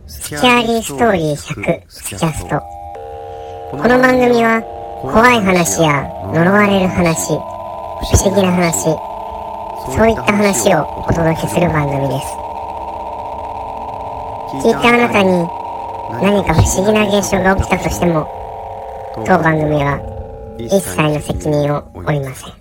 スキャーリーストーリー100スキャスト。この番組は怖い話や呪われる話、不思議な話、そういった話をお届けする番組です。聞いたあなたに何か不思議な現象が起きたとしても、当番組は一切の責任を負いません。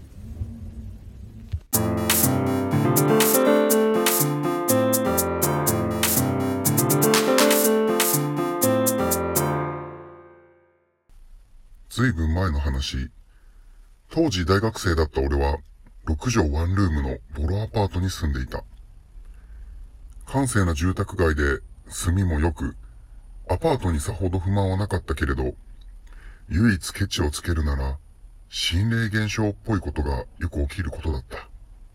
ずいぶん前の話、当時大学生だった俺は6畳ワンルームのボロアパートに住んでいた。閑静な住宅街で住みも良く、アパートにさほど不満はなかったけれど、唯一ケチをつけるなら心霊現象っぽいことがよく起きることだった。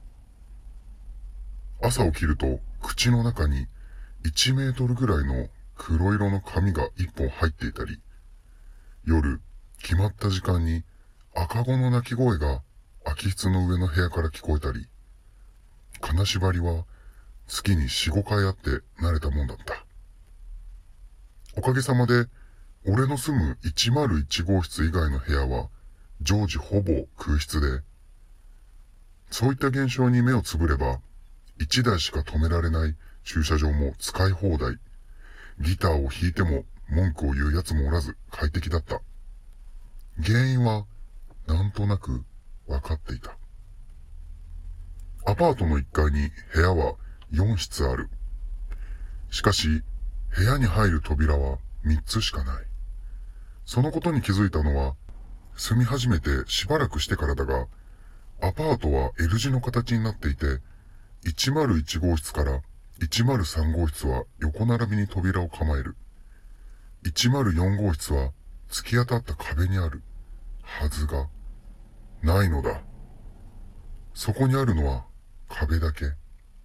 朝起きると口の中に1メートルぐらいの黒色の紙が1本入っていたり、夜決まった時間に赤子の泣き声が空き室の上の部屋から聞こえたり、金縛りは月に4、5回あって慣れたもんだった。おかげさまで俺の住む101号室以外の部屋は常時ほぼ空室で、そういった現象に目をつぶれば1台しか止められない駐車場も使い放題、ギターを弾いても文句を言う奴もおらず快適だった。原因はなんとなく分かっていた。アパートの1階に部屋は4室ある。しかし部屋に入る扉は3つしかない。そのことに気づいたのは住み始めてしばらくしてからだが、アパートは L 字の形になっていて、101号室から103号室は横並びに扉を構える。104号室は突き当たった壁にあるはずがないのだ。そこにあるのは壁だけ。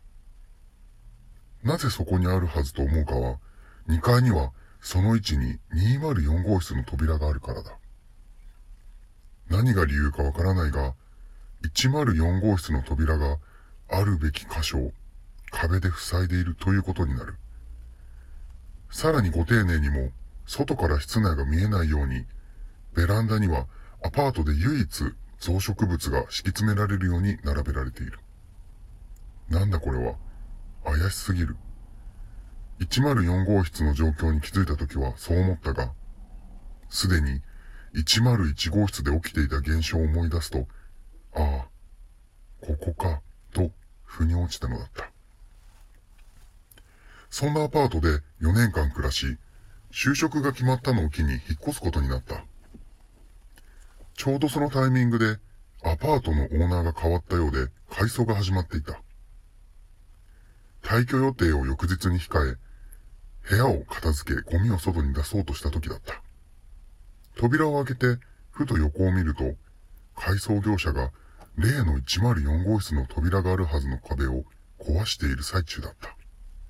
なぜそこにあるはずと思うかは、2階にはその位置に204号室の扉があるからだ。何が理由かわからないが、104号室の扉があるべき箇所を壁で塞いでいるということになる。さらにご丁寧にも外から室内が見えないように、ベランダにはアパートで唯一増殖物が敷き詰められるように並べられている。なんだこれは、怪しすぎる。104号室の状況に気づいたときはそう思ったが、すでに101号室で起きていた現象を思い出すと、ああ、ここか、と腑に落ちたのだった。そんなアパートで4年間暮らし、就職が決まったのを機に引っ越すことになった。ちょうどそのタイミングでアパートのオーナーが変わったようで改装が始まっていた。退去予定を翌日に控え、部屋を片付けゴミを外に出そうとした時だった。扉を開けてふと横を見ると、改装業者が例の104号室の扉があるはずの壁を壊している最中だった。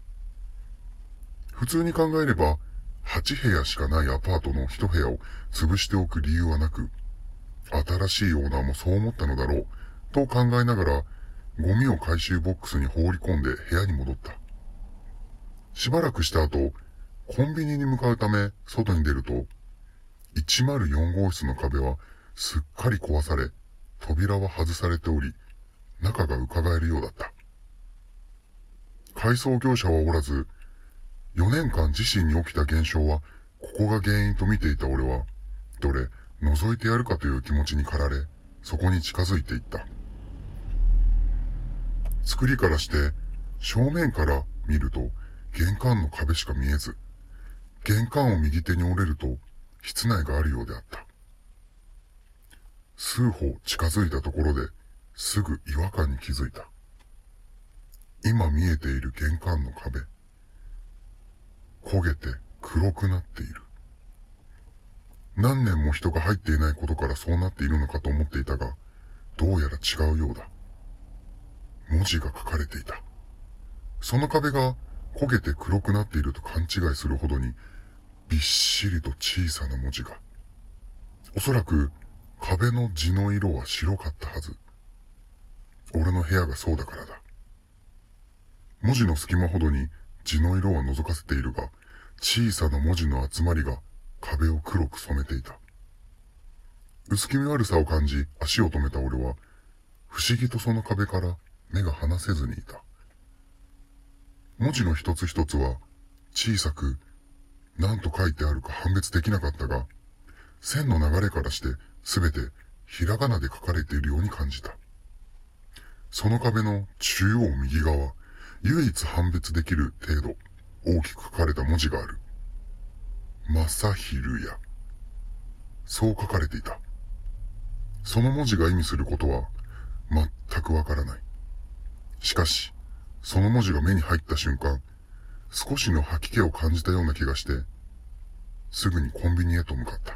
普通に考えれば8部屋しかないアパートの1部屋を潰しておく理由はなく、新しいオーナーもそう思ったのだろうと考えながら、ゴミを回収ボックスに放り込んで部屋に戻った。しばらくした後、コンビニに向かうため外に出ると、104号室の壁はすっかり壊され、扉は外されており、中が伺えるようだった。改装業者はおらず、4年間自身に起きた現象はここが原因と見ていた俺は、どれ覗いてやるかという気持ちに駆られ、そこに近づいていった。作りからして正面から見ると玄関の壁しか見えず、玄関を右手に折れると室内があるようであった。数歩近づいたところですぐ違和感に気づいた。今見えている玄関の壁、焦げて黒くなっている。何年も人が入っていないことからそうなっているのかと思っていたが、どうやら違うようだ。文字が書かれていた。その壁が焦げて黒くなっていると勘違いするほどにびっしりと小さな文字が。おそらく壁の地の色は白かったはず。俺の部屋がそうだからだ。文字の隙間ほどに字の色は覗かせているが、小さな文字の集まりが壁を黒く染めていた。薄気味悪さを感じ足を止めた俺は、不思議とその壁から目が離せずにいた。文字の一つ一つは小さく何と書いてあるか判別できなかったが、線の流れからしてすべてひらがなで書かれているように感じた。その壁の中央右側、唯一判別できる程度大きく書かれた文字がある。正昼や。そう書かれていた。その文字が意味することは全くわからない。しかし、その文字が目に入った瞬間、少しの吐き気を感じたような気がして、すぐにコンビニへと向かった。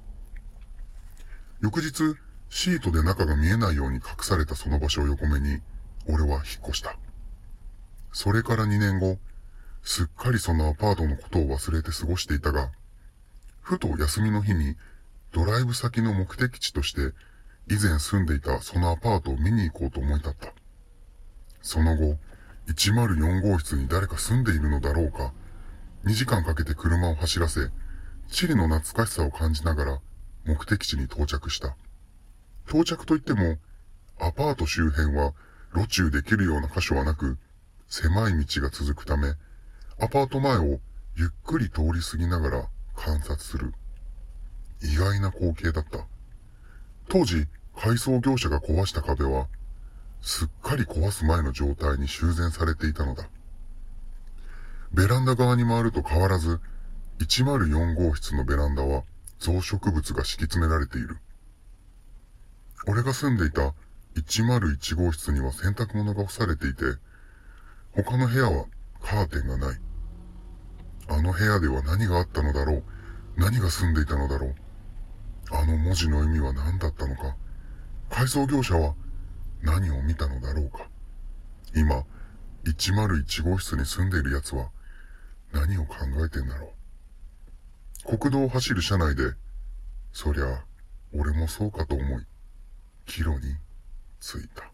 翌日、シートで中が見えないように隠されたその場所を横目に、俺は引っ越した。それから2年後、すっかりそのアパートのことを忘れて過ごしていたが、ふと休みの日にドライブ先の目的地として以前住んでいたそのアパートを見に行こうと思い立った。その後、104号室に誰か住んでいるのだろうか、2時間かけて車を走らせ、チリの懐かしさを感じながら目的地に到着した。到着といっても、アパート周辺は路駐できるような箇所はなく、狭い道が続くため、アパート前をゆっくり通り過ぎながら観察する。意外な光景だった。当時、改装業者が壊した壁は、すっかり壊す前の状態に修繕されていたのだ。ベランダ側に回ると変わらず、104号室のベランダは増殖物が敷き詰められている。俺が住んでいた101号室には洗濯物が干されていて、他の部屋はカーテンがない。あの部屋では何があったのだろう。何が住んでいたのだろう。あの文字の意味は何だったのか。改装業者は何を見たのだろうか。今、101号室に住んでいる奴は何を考えてんだろう。国道を走る車内で、そりゃ、俺もそうかと思い、帰路に着いた。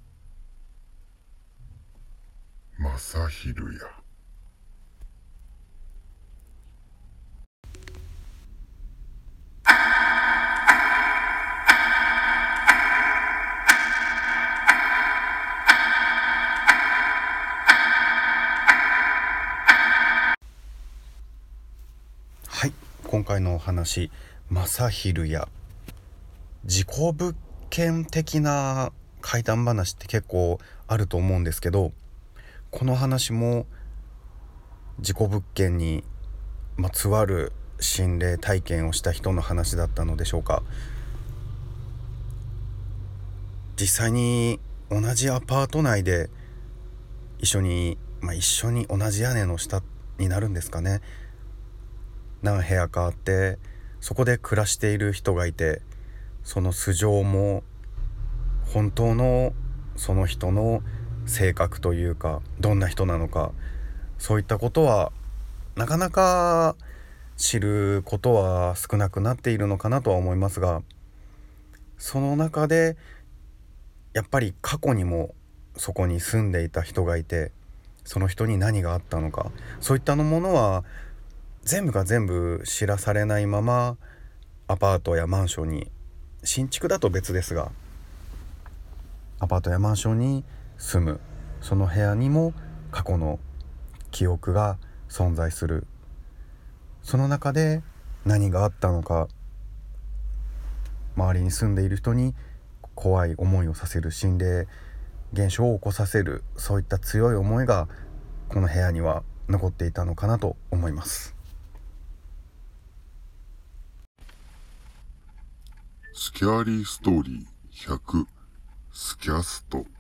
正昼や。 はい、今回のお話、正昼や事故物件的な怪談話って結構あると思うんですけど、この話も事故物件にまつわる心霊体験をした人の話だったのでしょうか。実際に同じアパート内で一緒に同じ屋根の下になるんですかね、何部屋かあって、そこで暮らしている人がいて、その素性も本当のその人の性格というか、どんな人なのか、そういったことはなかなか知ることは少なくなっているのかなとは思いますが、その中でやっぱり過去にもそこに住んでいた人がいて、その人に何があったのか、そういったものは全部が全部知らされないまま、アパートやマンションに、新築だと別ですが、アパートやマンションに住む、その部屋にも過去の記憶が存在する。その中で何があったのか、周りに住んでいる人に怖い思いをさせる、心霊現象を起こさせる、そういった強い思いがこの部屋には残っていたのかなと思います。 スキャーリーストーリー100スキャスト。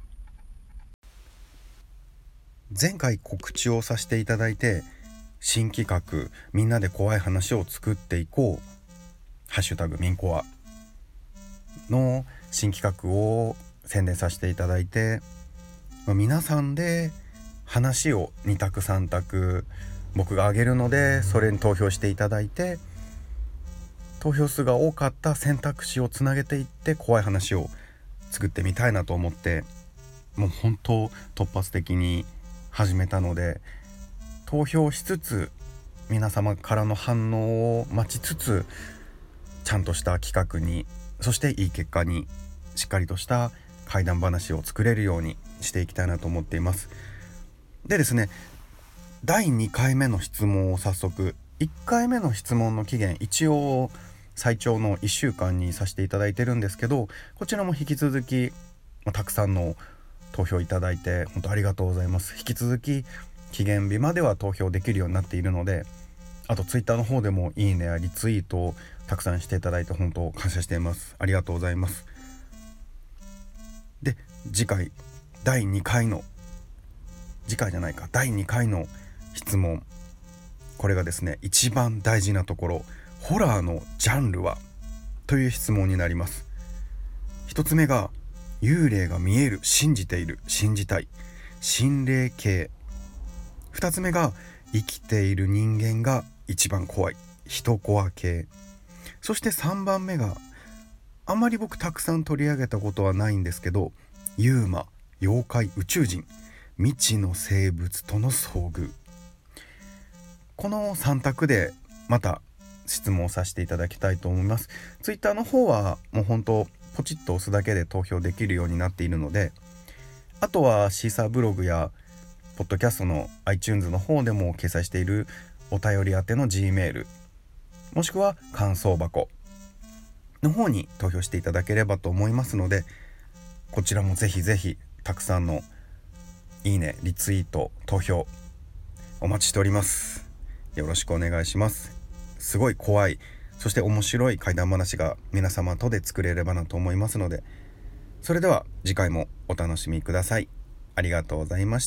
前回告知をさせていただいて、新企画みんなで怖い話を作っていこうハッシュタグミンコアの新企画を宣伝させていただいて、皆さんで話を2択3択僕が挙げるので、それに投票していただいて、投票数が多かった選択肢をつなげていって怖い話を作ってみたいなと思って、もう本当突発的に始めたので、 投票しつつ皆様からの反応を待ちつつ、ちゃんとした企画に、そしていい結果に、しっかりとした怪談話を作れるようにしていきたいなと思っています。でですね、第2回目の質問を早速、1回目の質問の期限一応最長の1週間にさせていただいてるんですけど、こちらも引き続きたくさんの投票いただいて本当ありがとうございます。引き続き期限日までは投票できるようになっているので、あとツイッターの方でもいいねやリツイートをたくさんしていただいて本当感謝しています。ありがとうございます。で、次回第2回の質問、これがですね、一番大事なところ、ホラーのジャンルはという質問になります。一つ目が幽霊が見える、信じている、信じたい、心霊系。二つ目が生きている人間が一番怖い、人コア系。そして3番目があんまり僕たくさん取り上げたことはないんですけど、ユーマ、妖怪、宇宙人、未知の生物との遭遇。この3択でまた質問させていただきたいと思います。ツイッターの方はもう本当ポチッと押すだけで投票できるようになっているので、あとはシーサーブログやポッドキャストの iTunes の方でも掲載しているお便り宛ての G メール、もしくは感想箱の方に投票していただければと思いますので、こちらもぜひぜひたくさんのいいね、リツイート、投票お待ちしております。よろしくお願いします。すごい怖い、そして面白い怪談話が皆様とで作れればなと思いますので、それでは次回もお楽しみください。ありがとうございました。